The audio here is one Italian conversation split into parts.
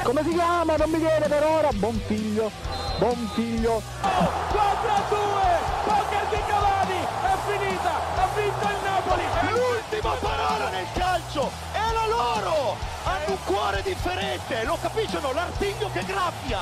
come si chiama? Non mi viene per ora. Bonfiglio. 4-2, poker di Cavani, è finita, ha vinto il Napoli. È l'ultima parola nel calcio, è la loro. Hanno un cuore differente, lo capiscono, l'artiglio che graffia.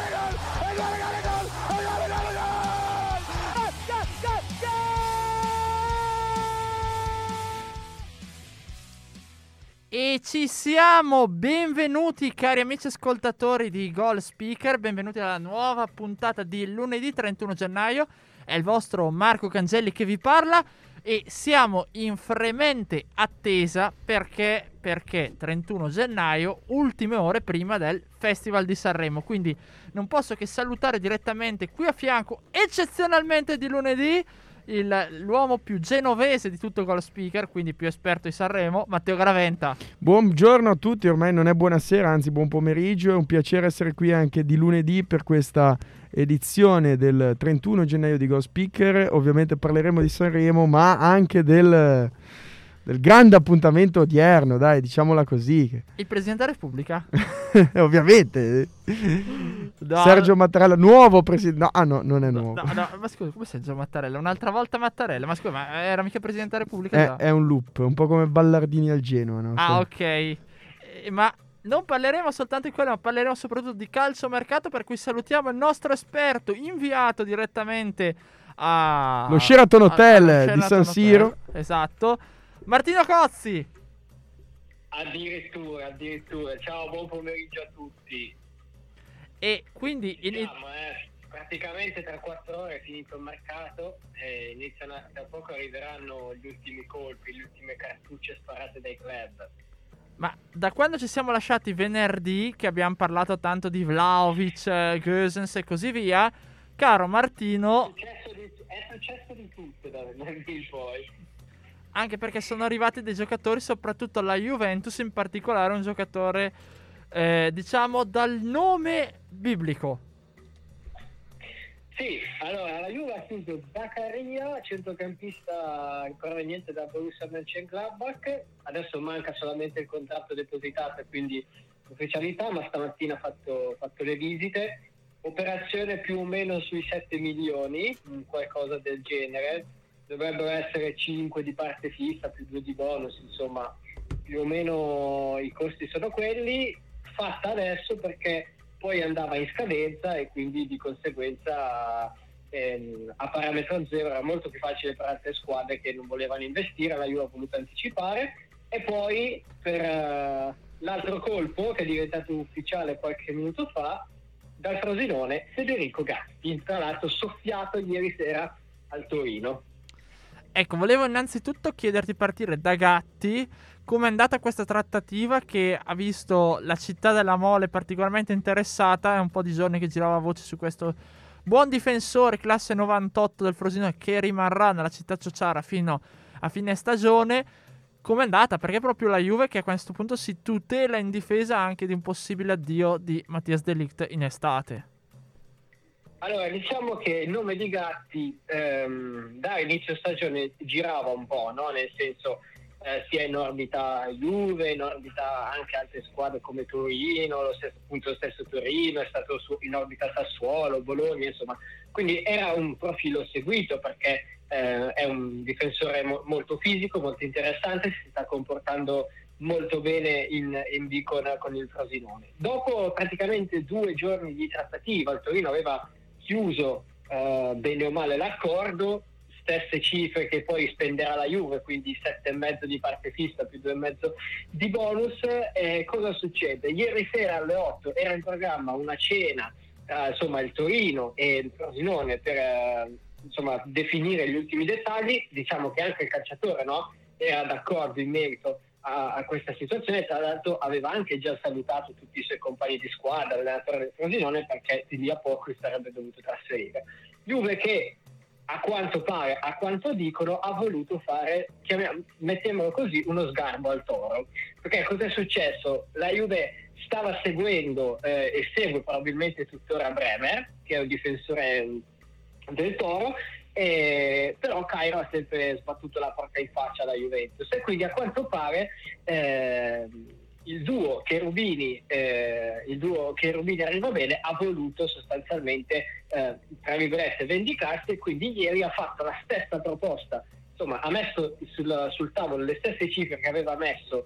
E ci siamo, benvenuti cari amici ascoltatori di Goal Speaker, benvenuti alla nuova puntata di lunedì 31 gennaio, è il vostro Marco Cangelli che vi parla e siamo in fremente attesa perché 31 gennaio, ultime ore prima del Festival di Sanremo, quindi non posso che salutare direttamente qui a fianco, eccezionalmente di lunedì, l'uomo più genovese di tutto Goal Speaker, quindi più esperto di Sanremo, Matteo Graventa. Buongiorno a tutti, ormai non è buonasera, anzi buon pomeriggio, è un piacere essere qui anche di lunedì per questa edizione del 31 gennaio di Goal Speaker. Ovviamente parleremo di Sanremo, ma anche del grande appuntamento odierno, dai, diciamola così. Il Presidente della Repubblica? Ovviamente. No. Sergio Mattarella, nuovo presidente. No, non è nuovo. No, ma scusa, come Sergio Mattarella? Un'altra volta Mattarella? Ma scusa, ma era mica Presidente della Repubblica già? È un loop, un po' come Ballardini al Genoa, no? Ok. Ma non parleremo soltanto di quello, ma parleremo soprattutto di calciomercato, per cui salutiamo il nostro esperto inviato direttamente lo Sheraton Hotel di San Siro. Esatto. Martino Cozzi. Addirittura. Ciao, buon pomeriggio a tutti. E quindi praticamente tra 4 ore è finito il mercato e tra poco arriveranno gli ultimi colpi, le ultime cartucce sparate dai club. Ma da quando ci siamo lasciati venerdì, che abbiamo parlato tanto di Vlahovic, Gosens e così via, caro Martino, è successo di tutto da venerdì in poi. Anche perché sono arrivati dei giocatori, soprattutto la Juventus, in particolare un giocatore, diciamo, dal nome biblico. Sì, allora la Juve ha chiuso Zaccaria, centrocampista proveniente da Borussia Mönchengladbach. Adesso manca solamente il contratto depositato e quindi l'ufficialità, ma stamattina ha fatto le visite. Operazione più o meno sui 7 milioni, qualcosa del genere. Dovrebbero essere 5 di parte fissa più 2 di bonus, insomma più o meno i costi sono quelli. Fatta adesso perché poi andava in scadenza e quindi di conseguenza a parametro zero era molto più facile per altre squadre che non volevano investire, la Juve ha voluto anticipare. E poi per l'altro colpo che è diventato ufficiale qualche minuto fa, dal Frosinone Federico Gatti, tra l'altro soffiato ieri sera al Torino. Ecco, volevo innanzitutto chiederti, partire da Gatti, come è andata questa trattativa che ha visto la città della Mole particolarmente interessata. È un po' di giorni che girava voce su questo buon difensore classe 98 del Frosinone che rimarrà nella città ciociara fino a fine stagione. Come è andata? Perché proprio la Juve che a questo punto si tutela in difesa anche di un possibile addio di Mattias de Ligt in estate. Allora, diciamo che il nome di Gatti da inizio stagione girava un po', no? Nel senso sia in orbita Juve, in orbita anche altre squadre come Torino, lo stesso Torino, è stato in orbita Sassuolo, Bologna, insomma. Quindi era un profilo seguito perché è un difensore molto fisico, molto interessante, si sta comportando molto bene in B con il Frosinone. Dopo praticamente 2 giorni di trattativa, il Torino aveva chiuso bene o male l'accordo, stesse cifre che poi spenderà la Juve, quindi 7,5 di parte fissa più 2,5 di bonus. Cosa succede? Ieri sera alle 8 era in programma una cena insomma il Torino e il Frosinone per definire gli ultimi dettagli. Diciamo che anche il calciatore, no, era d'accordo in merito a questa situazione. Tra l'altro aveva anche già salutato tutti i suoi compagni di squadra, l'allenatore del Frosinone, perché di lì a poco sarebbe dovuto trasferire. Juve che a quanto pare, a quanto dicono, ha voluto fare, mettiamolo così, uno sgarbo al Toro. Perché cos'è successo? La Juve stava seguendo e segue probabilmente tuttora Bremer, che è un difensore del Toro, però Cairo ha sempre sbattuto la porta in faccia alla Juventus, e quindi a quanto pare il duo Cherubini arriva bene, ha voluto sostanzialmente tra virgolette vendicarsi, e quindi ieri ha fatto la stessa proposta, insomma ha messo sul tavolo le stesse cifre che aveva messo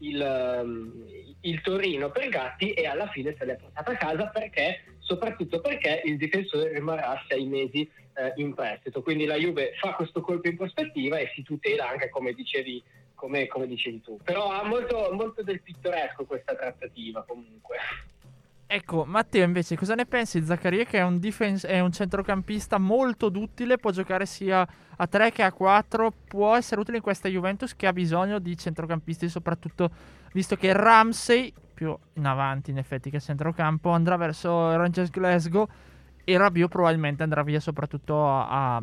il Torino per Gatti, e alla fine se l'è portata a casa, soprattutto perché il difensore rimarrà 6 mesi in prestito, quindi la Juve fa questo colpo in prospettiva e si tutela anche, come dicevi tu, però ha molto del pittoresco questa trattativa comunque. Ecco, Matteo, invece, cosa ne pensi di Zaccaria, che è un centrocampista molto duttile, può giocare sia a 3 che a 4, può essere utile in questa Juventus che ha bisogno di centrocampisti, soprattutto visto che Ramsey, più in avanti in effetti che centrocampo, andrà verso Rangers Glasgow, e Rabiot probabilmente andrà via soprattutto a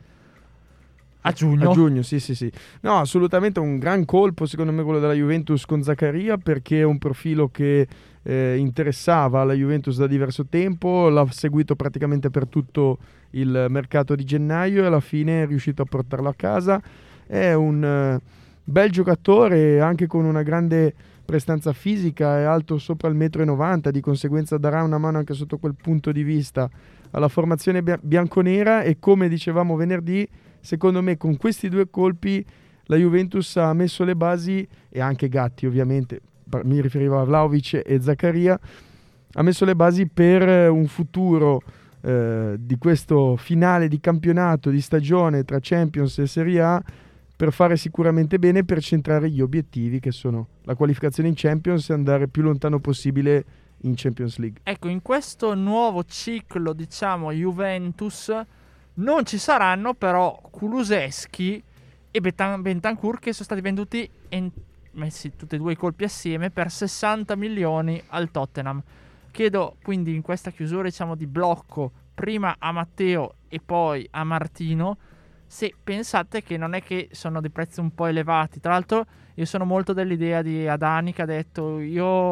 giugno. A giugno, sì. No, assolutamente un gran colpo secondo me quello della Juventus con Zaccaria, perché è un profilo che interessava la Juventus da diverso tempo, l'ha seguito praticamente per tutto il mercato di gennaio e alla fine è riuscito a portarlo a casa. È un bel giocatore, anche con una grande prestanza fisica, è alto sopra il 1,90 m, di conseguenza darà una mano anche sotto quel punto di vista alla formazione bianconera, e come dicevamo venerdì, secondo me con questi due colpi la Juventus ha messo le basi, e anche Gatti ovviamente, mi riferivo a Vlahovic e Zaccaria, ha messo le basi per un futuro di questo finale di campionato, di stagione tra Champions e Serie A, per fare sicuramente bene, per centrare gli obiettivi che sono la qualificazione in Champions e andare più lontano possibile in Champions League. Ecco, in questo nuovo ciclo, diciamo, Juventus non ci saranno però Kulusevski e Bentancur, che sono stati venduti e messi tutti e due i colpi assieme per 60 milioni al Tottenham. Chiedo quindi in questa chiusura, diciamo, di blocco, prima a Matteo e poi a Martino, se pensate che non è che sono dei prezzi un po' elevati. Tra l'altro io sono molto dell'idea di Adani, che ha detto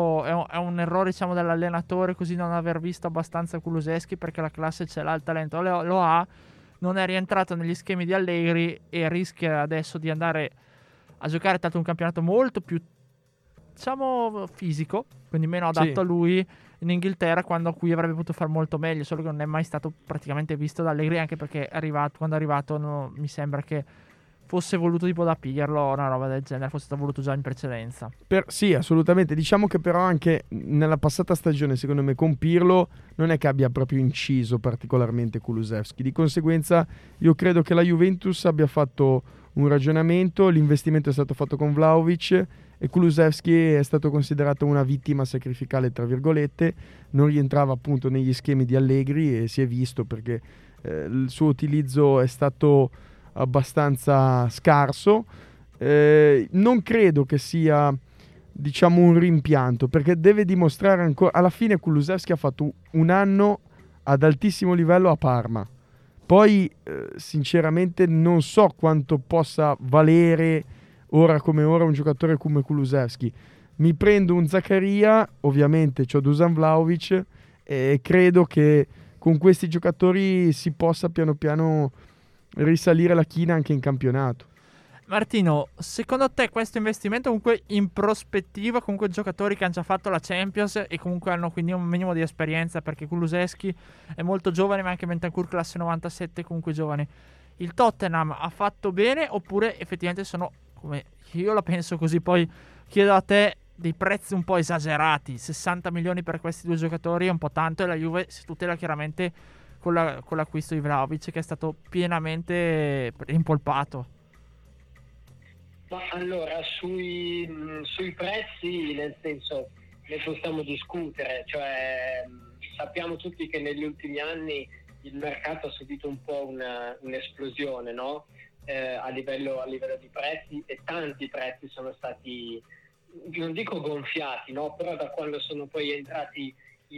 è un errore, diciamo, dell'allenatore così non aver visto abbastanza Kulusevski, perché la classe ce l'ha, il talento lo ha, non è rientrato negli schemi di Allegri e rischia adesso di andare a giocare tanto un campionato molto più, diciamo, fisico, quindi meno adatto a lui in Inghilterra, quando qui avrebbe potuto far molto meglio, solo che non è mai stato praticamente visto da Allegri, anche perché quando è arrivato mi sembra che fosse voluto tipo da Pirlo o una roba del genere, fosse stato voluto già in precedenza. Sì, assolutamente. Diciamo che però anche nella passata stagione, secondo me, con Pirlo non è che abbia proprio inciso particolarmente Kulusevski. Di conseguenza io credo che la Juventus abbia fatto un ragionamento, l'investimento è stato fatto con Vlahovic e Kulusevski è stato considerato una vittima sacrificale, tra virgolette, non rientrava appunto negli schemi di Allegri e si è visto, perché il suo utilizzo è stato abbastanza scarso. Non credo che sia, diciamo, un rimpianto, perché deve dimostrare ancora. Alla fine Kulusevski ha fatto un anno ad altissimo livello a Parma, poi sinceramente non so quanto possa valere ora come ora un giocatore come Kulusevski. Mi prendo un Zaccaria, ovviamente c'ho Dusan Vlahovic, e credo che con questi giocatori si possa piano piano risalire la china anche in campionato. Martino, secondo te questo investimento comunque in prospettiva, comunque giocatori che hanno già fatto la Champions e comunque hanno quindi un minimo di esperienza, perché Kulusevski è molto giovane, ma anche Bentancur classe 97, comunque giovane, il Tottenham ha fatto bene, oppure effettivamente sono, come io la penso così, poi chiedo a te, dei prezzi un po' esagerati? 60 milioni per questi due giocatori è un po' tanto, e la Juve si tutela chiaramente con l'acquisto di Vlahovic, che è stato pienamente impolpato. Ma allora sui prezzi, nel senso, ne possiamo discutere, cioè sappiamo tutti che negli ultimi anni il mercato ha subito un po' un'esplosione, no? A livello di prezzi, e tanti prezzi sono stati, non dico gonfiati, no? Però da quando sono poi entrati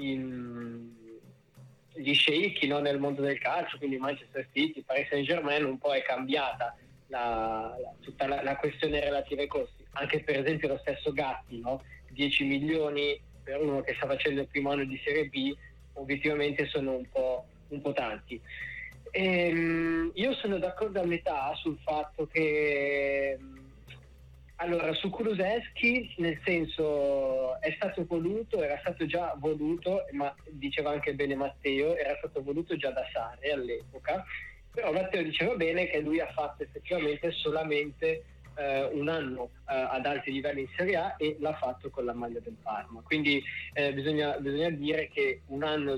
gli sceicchi, no? Nel mondo del calcio, quindi Manchester City, Paris Saint-Germain, un po' è cambiata tutta la questione relativa ai costi. Anche per esempio lo stesso Gatti, no? 10 milioni per uno che sta facendo il primo anno di Serie B, obiettivamente sono un po' tanti. Io sono d'accordo a metà sul fatto che Allora, su Kulusevski, nel senso, era stato già voluto, ma diceva anche bene Matteo, era stato voluto già da Sarri all'epoca, però Matteo diceva bene che lui ha fatto effettivamente solamente un anno ad alti livelli in Serie A e l'ha fatto con la maglia del Parma. Quindi bisogna dire che un anno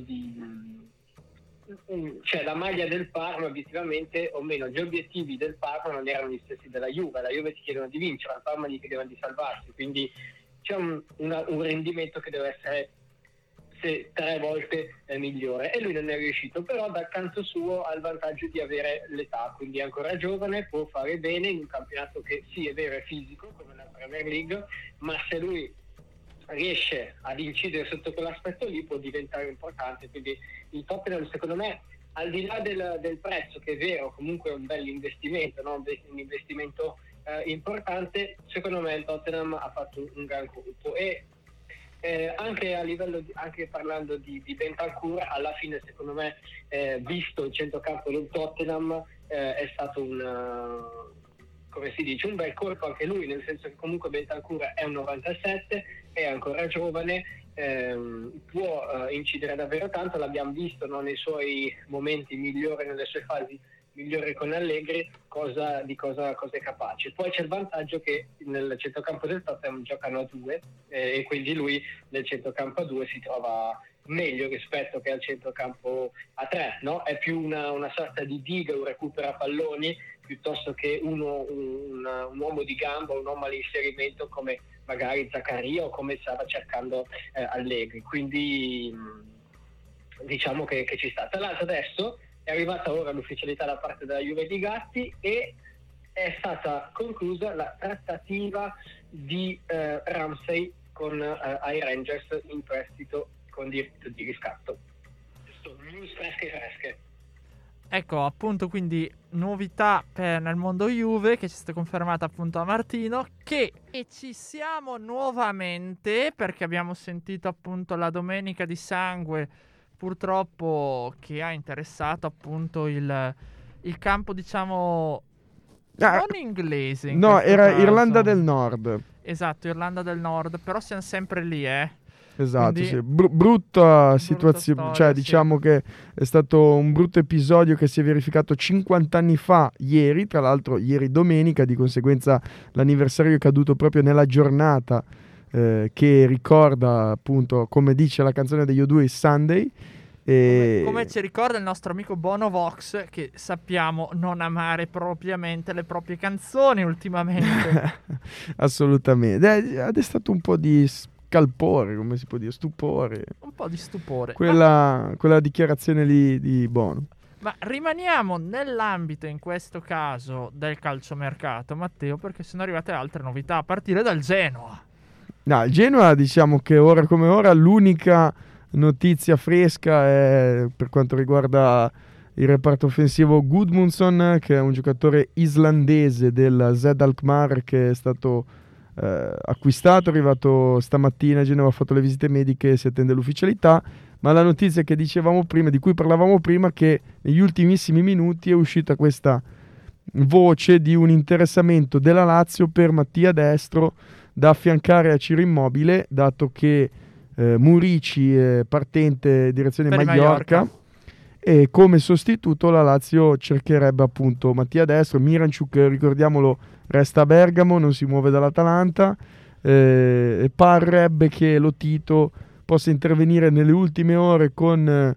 cioè la maglia del Parma obiettivamente, o meno gli obiettivi del Parma non erano gli stessi della Juve. La Juve ti chiedono di vincere, al Parma gli chiedevano di salvarsi, quindi c'è un rendimento che deve essere 3 volte migliore, e lui non è riuscito. Però dal canto suo ha il vantaggio di avere l'età, quindi è ancora giovane, può fare bene in un campionato che sì, è vero, è fisico come la Premier League, ma se lui riesce ad incidere sotto quell'aspetto lì può diventare importante. Quindi il Tottenham, secondo me, al di là del prezzo, che è vero, comunque è un bel investimento, no? Un investimento importante, secondo me il Tottenham ha fatto un gran colpo. E anche a livello anche parlando di Bentancur, alla fine secondo me, visto il centrocampo del Tottenham, è stato come si dice, un bel colpo anche lui, nel senso che comunque Bentancur è un 97, è ancora giovane, può incidere davvero tanto. L'abbiamo visto, no, nei suoi momenti migliori, nelle sue fasi migliori con Allegri, cosa è capace. Poi c'è il vantaggio che nel centrocampo del Tottenham giocano a 2, e quindi lui nel centrocampo a 2 si trova meglio rispetto che al centrocampo a 3, no? È più una sorta di diga, un recupera palloni, piuttosto che un uomo di gamba, un uomo all'inserimento come magari Zaccaria o come stava cercando Allegri. Quindi diciamo che ci sta. Tra l'altro adesso è arrivata ora l'ufficialità da parte della Juve di Gatti e è stata conclusa la trattativa di Ramsey ai Rangers in prestito con diritto di riscatto. News fresche. Ecco, appunto, quindi novità nel mondo Juve, che ci è stata confermata appunto a Martino, e ci siamo nuovamente, perché abbiamo sentito appunto la domenica di sangue, purtroppo, che ha interessato appunto il campo, diciamo, non inglese. No, era caso. Irlanda del Nord. Esatto, Irlanda del Nord, però siamo sempre lì, Esatto, quindi, sì. Brutta situazione, storia, cioè sì. diciamo che è stato un brutto episodio che si è verificato 50 anni fa, ieri, tra l'altro ieri domenica, di conseguenza l'anniversario è caduto proprio nella giornata che ricorda, appunto, come dice la canzone degli O2, Sunday. Come ci ricorda il nostro amico Bono Vox, che sappiamo non amare propriamente le proprie canzoni ultimamente. Assolutamente, è stato un po' di scalpore, come si può dire, stupore. Un po' di stupore. Quella dichiarazione lì di Bono. Ma rimaniamo nell'ambito, in questo caso, del calciomercato, Matteo, perché sono arrivate altre novità, a partire dal Genoa. No, il Genoa, diciamo che ora come ora l'unica notizia fresca è per quanto riguarda il reparto offensivo Gudmundsson, che è un giocatore islandese del Z Alkmaar, che è stato acquistato, è arrivato stamattina a Genova, ha fatto le visite mediche e si attende l'ufficialità. Ma la notizia che dicevamo prima, di cui parlavamo prima, che negli ultimissimi minuti è uscita questa voce di un interessamento della Lazio per Mattia Destro da affiancare a Ciro Immobile, dato che Murici è partente direzione Per Mallorca, e come sostituto la Lazio cercherebbe appunto Mattia Destro. Miranchuk, ricordiamolo, resta a Bergamo, non si muove dall'Atalanta, e parrebbe che lo Tito possa intervenire nelle ultime ore con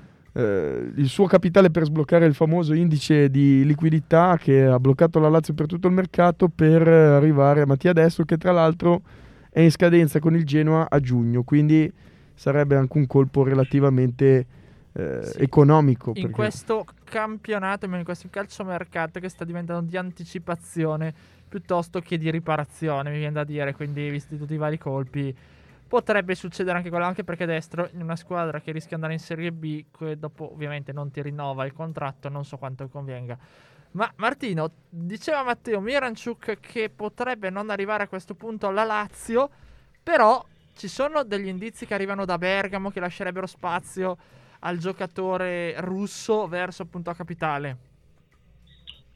il suo capitale per sbloccare il famoso indice di liquidità che ha bloccato la Lazio per tutto il mercato, per arrivare a Mattia Destro, che tra l'altro è in scadenza con il Genoa a giugno, quindi sarebbe anche un colpo relativamente economico. In questo campionato, in questo calciomercato che sta diventando di anticipazione piuttosto che di riparazione, mi viene da dire, quindi visti tutti i vari colpi potrebbe succedere anche quello, anche perché Destro in una squadra che rischia di andare in Serie B, che dopo ovviamente non ti rinnova il contratto, non so quanto convenga. Ma Martino, diceva Matteo Miranchuk che potrebbe non arrivare a questo punto alla Lazio, però ci sono degli indizi che arrivano da Bergamo che lascerebbero spazio al giocatore russo verso appunto la capitale.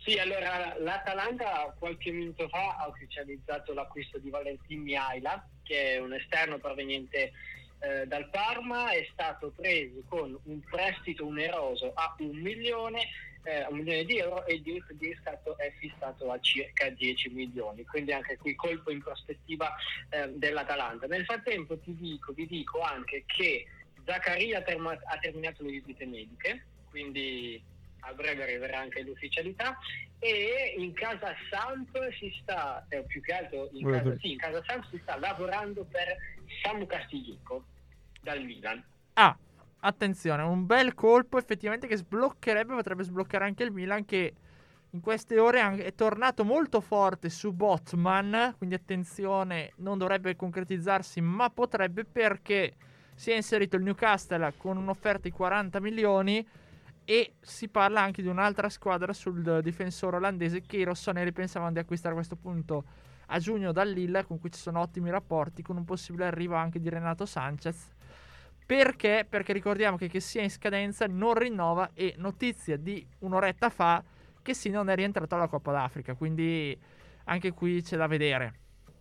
Sì, allora l'Atalanta qualche minuto fa ha ufficializzato l'acquisto di Valentin Miaila, che è un esterno proveniente dal Parma. È stato preso con un prestito oneroso a 1 milione di euro, e il diritto di riscatto è fissato a circa 10 milioni, quindi anche qui colpo in prospettiva dell'Atalanta. Nel frattempo vi dico anche che Zaccaria ha terminato le visite mediche, quindi a breve arriverà anche l'ufficialità, e in casa Samp si sta in casa Samp si sta lavorando per Samu Castiglico dal Milan. Attenzione, un bel colpo effettivamente che potrebbe sbloccare anche il Milan, che in queste ore è tornato molto forte su Botman, quindi attenzione, non dovrebbe concretizzarsi ma potrebbe, perché si è inserito il Newcastle con un'offerta di 40 milioni e si parla anche di un'altra squadra sul difensore olandese che i rossoneri pensavano di acquistare a questo punto a giugno dal Lille, con cui ci sono ottimi rapporti, con un possibile arrivo anche di Renato Sanchez. Perché? Perché ricordiamo che sia in scadenza non rinnova, e notizia di un'oretta fa che sì, non è rientrato alla Coppa d'Africa, quindi anche qui c'è da vedere.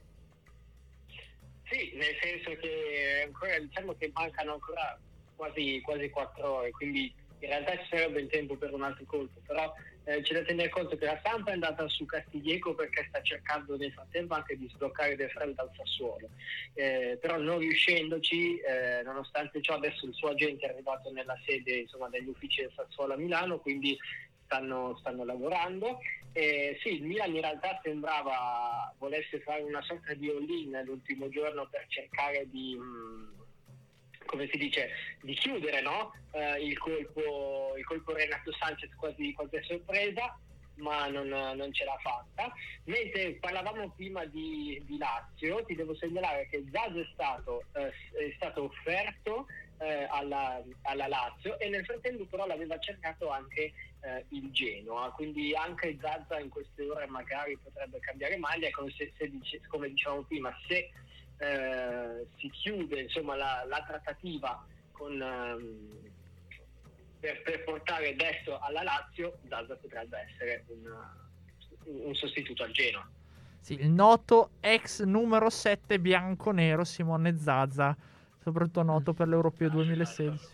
Sì, nel senso che ancora diciamo che mancano ancora quasi 4 ore, quindi in realtà ci sarebbe il tempo per un altro colpo, però c'è da tenere conto che la Samp è andata su Castiglieco perché sta cercando nel frattempo anche di sbloccare De Frel dal Sassuolo, però non riuscendoci, nonostante ciò adesso il suo agente è arrivato nella sede, insomma, degli uffici del Sassuolo a Milano, quindi stanno lavorando. Sì, il Milan in realtà sembrava volesse fare una sorta di all-in l'ultimo giorno per cercare di come si dice, di chiudere, no? Il colpo Renato Sanchez quasi a sorpresa, ma non ce l'ha fatta. Mentre parlavamo prima di Lazio, ti devo segnalare che Zaza è stato offerto alla Lazio, e nel frattempo però l'aveva cercato anche il Genoa, quindi anche Zaza in queste ore magari potrebbe cambiare maglia, come dicevamo prima, se si chiude insomma la trattativa per portare Destro alla Lazio, Zaza potrebbe essere un sostituto al Genoa. Sì, il noto ex numero 7 bianco-nero Simone Zaza, soprattutto noto per l'Europeo 2016.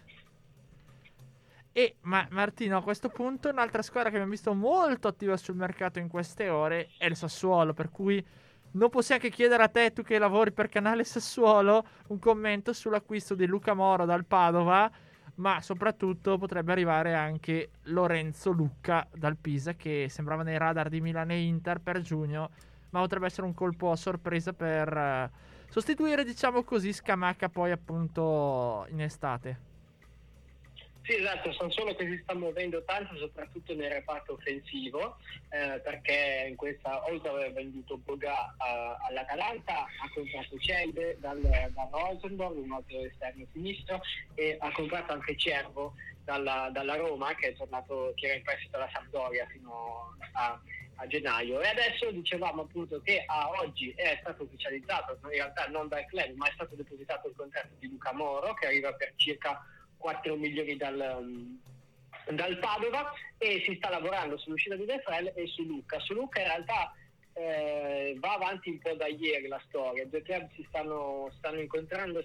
E Martino, a questo punto un'altra squadra che abbiamo visto molto attiva sul mercato in queste ore è il Sassuolo, per cui non possiamo che chiedere a te, tu che lavori per Canale Sassuolo, un commento sull'acquisto di Luca Moro dal Padova, ma soprattutto potrebbe arrivare anche Lorenzo Lucca dal Pisa, che sembrava nei radar di Milan e Inter per giugno, ma potrebbe essere un colpo a sorpresa per sostituire, diciamo così, Scamacca poi appunto in estate. Sì, esatto, sono solo che si sta muovendo tanto, soprattutto nel reparto offensivo, perché in questa, oltre ad aver venduto Boga all'Atalanta, ha comprato Celde dal Rosenborg, un altro esterno sinistro, e ha comprato anche Cervo dalla Roma, che era in prestito alla Sampdoria fino a gennaio. E adesso dicevamo appunto che a oggi è stato ufficializzato, in realtà non dal club, ma è stato depositato il contratto di Luca Moro, che arriva per circa 4 milioni dal Padova, e si sta lavorando sull'uscita di De Frel e su Lucca. Su Lucca in realtà va avanti un po' da ieri la storia. I due club si stanno incontrando,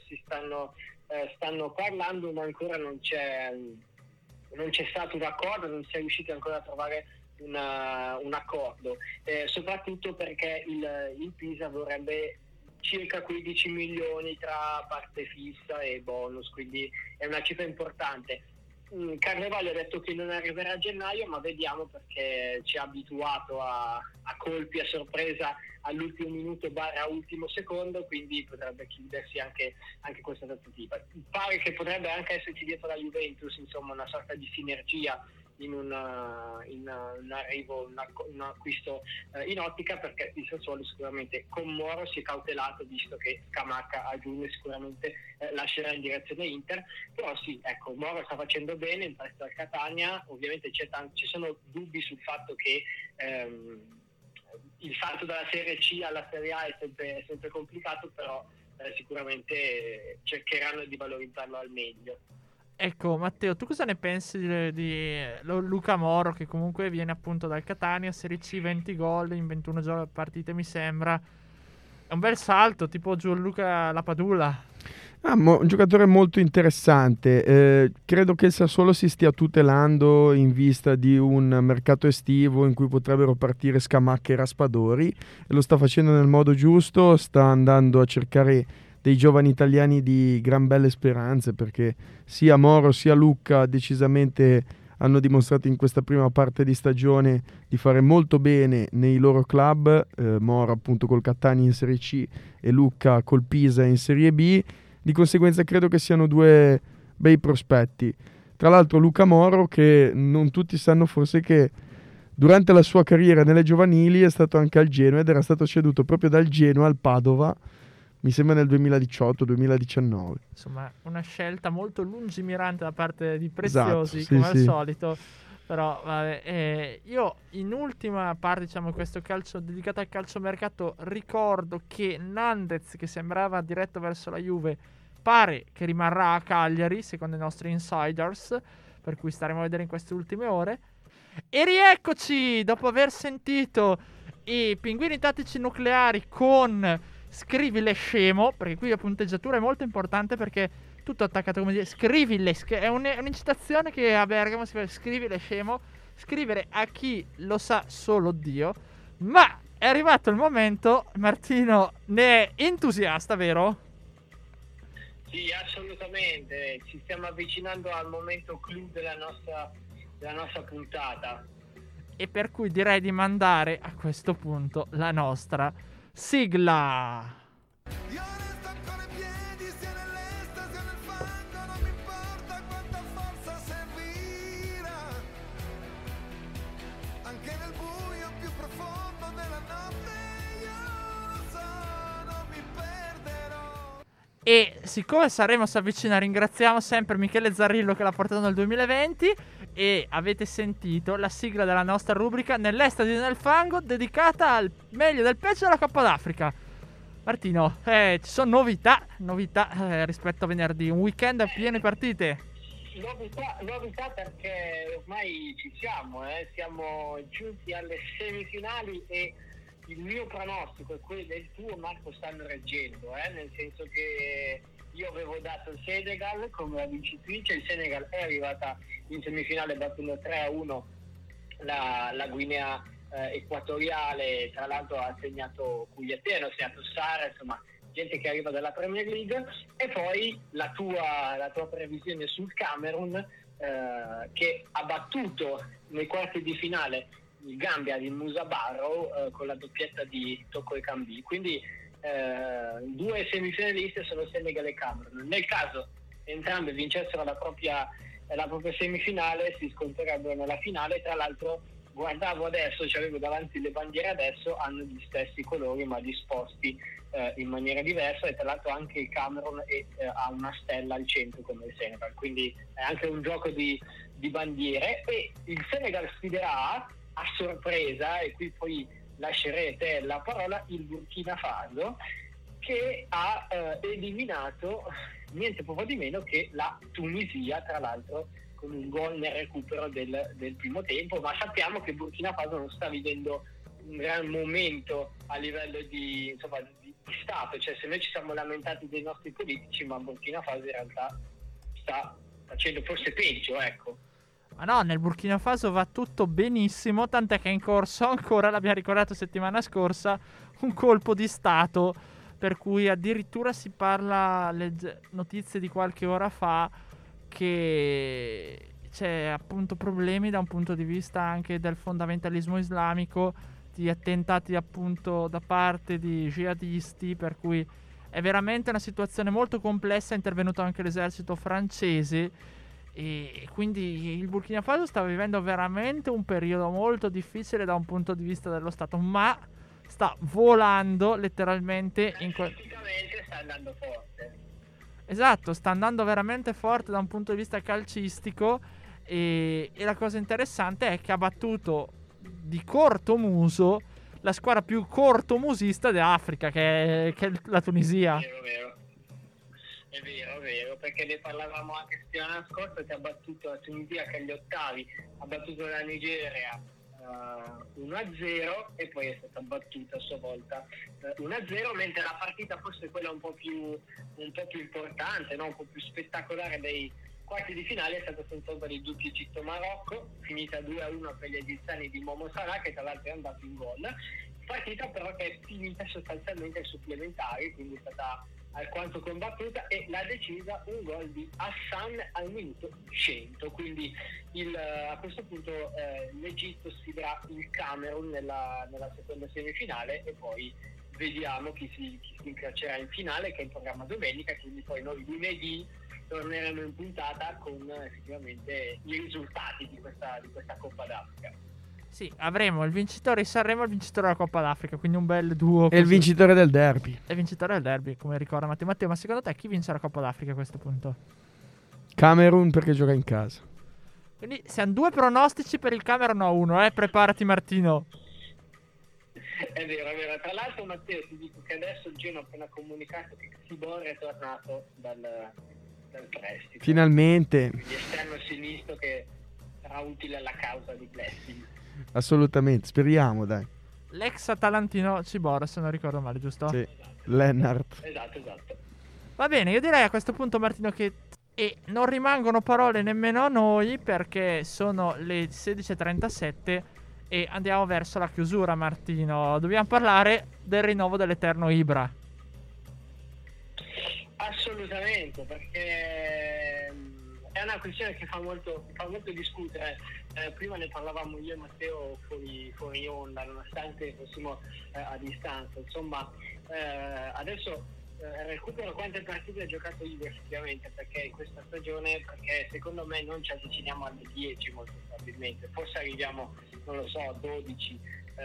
stanno parlando, ma ancora non c'è stato un accordo, non si è riusciti ancora a trovare un accordo, soprattutto perché il Pisa vorrebbe circa 15 milioni tra parte fissa e bonus, quindi è una cifra importante. Carnevale ha detto che non arriverà a gennaio, ma vediamo, perché ci ha abituato a colpi a sorpresa all'ultimo minuto / ultimo secondo, quindi potrebbe chiudersi anche questa trattativa. Pare che potrebbe anche esserci dietro la Juventus, insomma una sorta di sinergia in un arrivo, un acquisto in ottica, perché il Sassuolo sicuramente con Moro si è cautelato, visto che Scamacca a giugno sicuramente lascerà in direzione Inter. Però sì, ecco, Moro sta facendo bene in prestito al Catania. Ovviamente ci sono dubbi sul fatto che il salto dalla Serie C alla Serie A è sempre complicato, però sicuramente cercheranno di valorizzarlo al meglio. Ecco, Matteo, tu cosa ne pensi di Luca Moro, che comunque viene appunto dal Catania, Serie C, 20 gol in 21 partite mi sembra. È un bel salto, tipo Gianluca Lapadula. Un giocatore molto interessante. Credo che il Sassuolo si stia tutelando in vista di un mercato estivo in cui potrebbero partire Scamacca e Raspadori, e lo sta facendo nel modo giusto. Sta andando a cercare dei giovani italiani di gran belle speranze, perché sia Moro sia Lucca decisamente hanno dimostrato in questa prima parte di stagione di fare molto bene nei loro club, Moro appunto col Catania in Serie C e Lucca col Pisa in Serie B. Di conseguenza credo che siano due bei prospetti. Tra l'altro Luca Moro, che non tutti sanno forse che durante la sua carriera nelle giovanili è stato anche al Genoa ed era stato ceduto proprio dal Genoa al Padova, mi sembra nel 2018-2019. Insomma, una scelta molto lungimirante da parte di Preziosi, esatto, come sì. al solito. Però, vabbè, io in ultima parte, diciamo, questo calcio dedicato al calciomercato, ricordo che Nandez, che sembrava diretto verso la Juve, pare che rimarrà a Cagliari, secondo i nostri insiders, per cui staremo a vedere in queste ultime ore. E rieccoci, dopo aver sentito i pinguini tattici nucleari con Scrivile scemo, perché qui la punteggiatura è molto importante, perché tutto attaccato come dire scrivile, è un'incitazione che a Bergamo si fa scrivile scemo, scrivere a chi lo sa solo Dio. Ma è arrivato il momento, Martino ne è entusiasta, vero? Sì, assolutamente, ci stiamo avvicinando al momento clou della nostra puntata. E per cui direi di mandare a questo punto la nostra sigla. Io resto ancora in piedi, sia nell'estasi o nel fango, non mi importa quanta forza servirà. Anche nel buio più profondo della notte io lo so, non mi perderò. E siccome Sanremo si avvicina, ringraziamo sempre Michele Zarrillo che l'ha portato nel 2020. E avete sentito la sigla della nostra rubrica Nell'estasi o nel fango, dedicata al meglio del peggio della Coppa d'Africa. Martino, ci sono novità rispetto a venerdì, un weekend pieno di partite. Novità perché ormai ci siamo giunti alle semifinali e il mio pronostico e quello del tuo, Marco, stanno reggendo, nel senso che io avevo dato il Senegal come la vincitrice. Il Senegal è arrivata in semifinale battendo 3-1 la Guinea equatoriale, tra l'altro ha segnato Kouyaté, hanno segnato Sara, insomma gente che arriva dalla Premier League. E poi la tua previsione sul Camerun, che ha battuto nei quarti di finale il Gambia di Musa Barrow con la doppietta di Toko Ekambi. Quindi due semifinaliste sono Senegal e Camerun. Nel caso entrambe vincessero la propria semifinale, si scontrerebbero nella finale. Tra l'altro guardavo adesso, avevo davanti le bandiere, adesso hanno gli stessi colori ma disposti in maniera diversa, e tra l'altro anche il Camerun ha una stella al centro come il Senegal, quindi è anche un gioco di bandiere. E il Senegal sfiderà a sorpresa, e qui poi lascerete la parola, il Burkina Faso, che ha eliminato niente poco di meno che la Tunisia, tra l'altro con un gol nel recupero del primo tempo. Ma sappiamo che Burkina Faso non sta vivendo un gran momento a livello di Stato, cioè se noi ci siamo lamentati dei nostri politici, ma Burkina Faso in realtà sta facendo forse peggio, ecco. Ma no, nel Burkina Faso va tutto benissimo, tant'è che è in corso ancora, l'abbiamo ricordato settimana scorsa, un colpo di Stato, per cui addirittura si parla, notizie di qualche ora fa, che c'è appunto problemi da un punto di vista anche del fondamentalismo islamico, di attentati appunto da parte di jihadisti, per cui è veramente una situazione molto complessa. È intervenuto anche l'esercito francese e quindi il Burkina Faso sta vivendo veramente un periodo molto difficile da un punto di vista dello Stato, ma sta volando letteralmente Calcisticamente sta andando forte. Esatto, sta andando veramente forte da un punto di vista calcistico, e la cosa interessante è che ha battuto di corto muso la squadra più cortomusista d'Africa, che è la Tunisia. Vero. È vero, perché ne parlavamo anche settimana scorsa, che ha battuto la Tunisia che agli ottavi ha battuto la Nigeria 1-0 e poi è stata battuta a sua volta 1-0, mentre la partita forse quella un po' più importante, no? Un po' più spettacolare dei quarti di finale è stata senza ombra di dubbio Egitto-Marocco, finita 2-1 per gli egiziani di Momo Salah, che tra l'altro è andato in gol. Partita però che è finita sostanzialmente ai supplementari, quindi è stata alquanto combattuta, e l'ha decisa un gol di Hassan al minuto 100. Quindi a questo punto l'Egitto sfiderà il Camerun nella seconda semifinale, e poi vediamo chi si incrociarà in finale, che è in programma domenica. Quindi poi noi lunedì torneremo in puntata con effettivamente i risultati di questa Coppa d'Africa. Sì, avremo il vincitore di Sanremo e il vincitore della Coppa d'Africa, quindi un bel duo. E il vincitore del derby. E il vincitore del derby, come ricorda Matteo. Matteo, ma secondo te chi vince la Coppa d'Africa a questo punto? Camerun, perché gioca in casa. Quindi siamo 2 pronostici per il Camerun a 1, Preparati Martino. È vero. Tra l'altro, Matteo, ti dico che adesso il Genoa ha appena comunicato che Sibor è tornato dal prestito. Finalmente. Quindi esterno sinistro che sarà utile alla causa di Blessing. Assolutamente, speriamo, dai. L'ex atalantino Cibora, se non ricordo male, giusto? Sì, Lennart. Esatto. Va bene, io direi a questo punto, Martino, che non rimangono parole nemmeno a noi, perché sono le 16:37 e andiamo verso la chiusura, Martino. Dobbiamo parlare del rinnovo dell'eterno Ibra. Assolutamente, perché è una questione che fa molto discutere. Prima ne parlavamo io e Matteo fuori onda, nonostante fossimo a distanza. Insomma, adesso recupero quante partite ha giocato Ibra effettivamente, perché in questa stagione, perché secondo me non ci avviciniamo alle 10 molto probabilmente, forse arriviamo, non lo so, 12-13.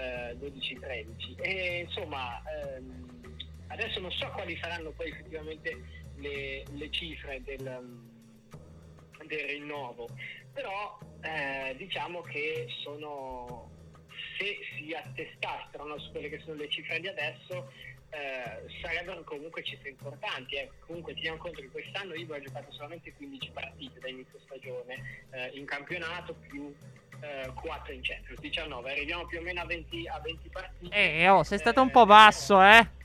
E insomma, adesso non so quali saranno poi effettivamente le cifre del rinnovo, però diciamo che se si attestassero su quelle che sono le cifre di adesso, sarebbero comunque cifre importanti. Comunque teniamo conto che quest'anno Ibra ha giocato solamente 15 partite da inizio stagione in campionato, più 4 in Champions, 19. Arriviamo più o meno a 20 partite. Sei stato un po' basso,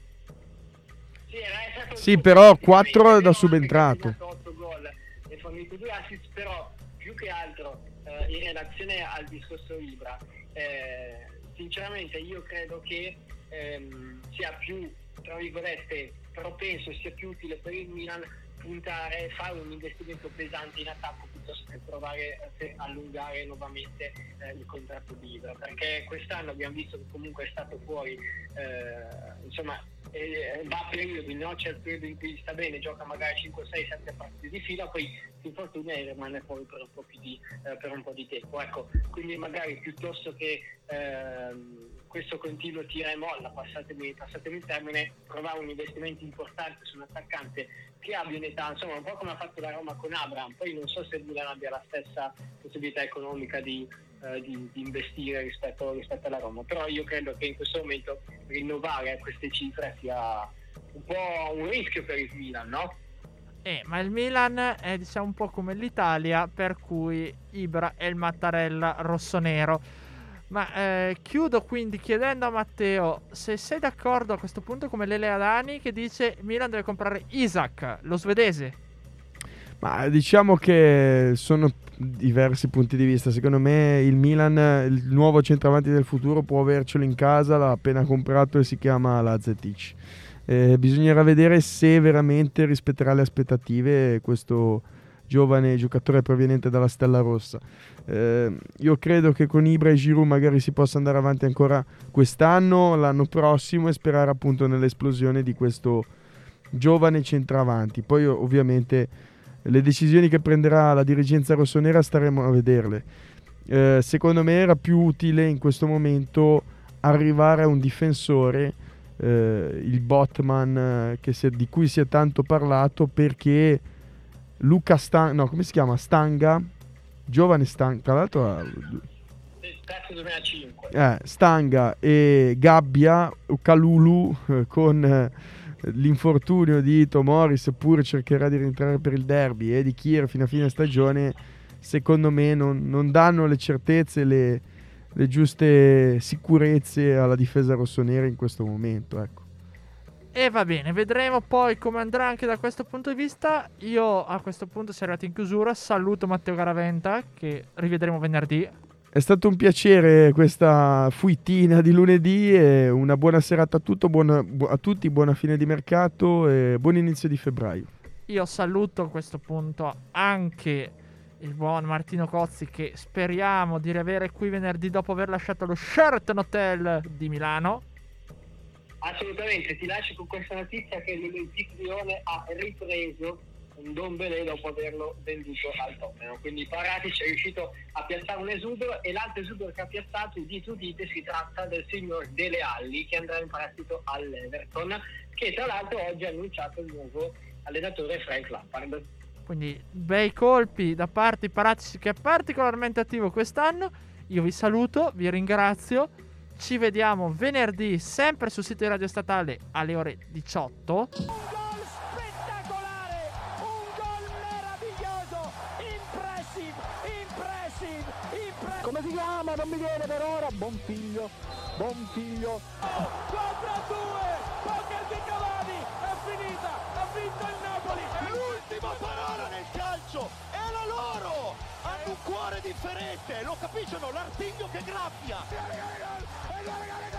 Sì, però 4 da subentrato. 8 gol e fornito 2 assist, però più che altro in relazione al discorso Ibra, sinceramente io credo che sia più, tra virgolette, propenso, sia più utile per il Milan fare un investimento pesante in attacco piuttosto che provare a allungare nuovamente il contratto di Ibra, perché quest'anno abbiamo visto che comunque è stato fuori, insomma va a periodi, no? C'è il periodo in cui sta bene, gioca magari 5, 6, 7 partite di fila, poi si infortuna e rimane fuori per un po' di tempo, ecco. Quindi magari piuttosto che questo continuo tira e molla, passatemi il termine, provare un investimento importante su un attaccante che abbia un'età, insomma, un po' come ha fatto la Roma con Abraham. Poi non so se il Milan abbia la stessa possibilità economica di investire rispetto alla Roma, però io credo che in questo momento rinnovare queste cifre sia un po' un rischio per il Milan, no? Ma il Milan è, diciamo, un po' come l'Italia, per cui Ibra è il Mattarella rossonero. Ma chiudo quindi chiedendo a Matteo se sei d'accordo a questo punto come Lele Adani, che dice Milan deve comprare Isak, lo svedese. Ma diciamo che sono diversi punti di vista. Secondo me il Milan, il nuovo centravanti del futuro, può avercelo in casa, l'ha appena comprato e si chiama Lazetic. Bisognerà vedere se veramente rispetterà le aspettative questo giovane giocatore proveniente dalla Stella Rossa. Io credo che con Ibra e Giroud magari si possa andare avanti ancora quest'anno, l'anno prossimo, e sperare appunto nell'esplosione di questo giovane centravanti. Poi ovviamente le decisioni che prenderà la dirigenza rossonera staremo a vederle. Secondo me era più utile in questo momento arrivare a un difensore, il Botman, di cui si è tanto parlato, perché Luca Stanga, giovane Stanga, tra l'altro Terzo 2005. Stanga e Gabbia, Kalulu con l'infortunio di Tomori, seppur cercherà di rientrare per il derby, e di Kier fino a fine stagione, secondo me non danno le certezze, le giuste sicurezze alla difesa rossonera in questo momento, ecco. E va bene, vedremo poi come andrà anche da questo punto di vista. Io a questo punto siamo arrivati in chiusura. Saluto Matteo Garaventa, che rivedremo venerdì. È stato un piacere questa fuitina di lunedì, e una buona serata a tutti, buona fine di mercato e buon inizio di febbraio. Io saluto a questo punto anche il buon Martino Cozzi, che speriamo di riavere qui venerdì dopo aver lasciato lo Sheraton Hotel di Milano. Assolutamente, ti lascio con questa notizia che l'Olympique Lione ha ripreso un Dombele dopo averlo venduto al Tottenham, quindi Paratici è riuscito a piazzare un esubero, e l'altro esubero che ha piazzato, udite, si tratta del signor Dele Alli, che andrà in prestito all'Everton, che tra l'altro oggi ha annunciato il nuovo allenatore Frank Lampard. Quindi bei colpi da parte di Paratici, che è particolarmente attivo quest'anno. Io vi saluto, vi ringrazio. Ci vediamo venerdì sempre sul sito di Radio Statale alle ore 18. Un gol spettacolare, un gol meraviglioso, impressive. Come si chiama? Non mi viene per ora. Buon figlio. 2 poker di Cavani, è finita, ha vinto il Napoli. L'ultima parola nel calcio è la loro. Hanno un cuore differente, lo capiscono? L'artiglio che graffia.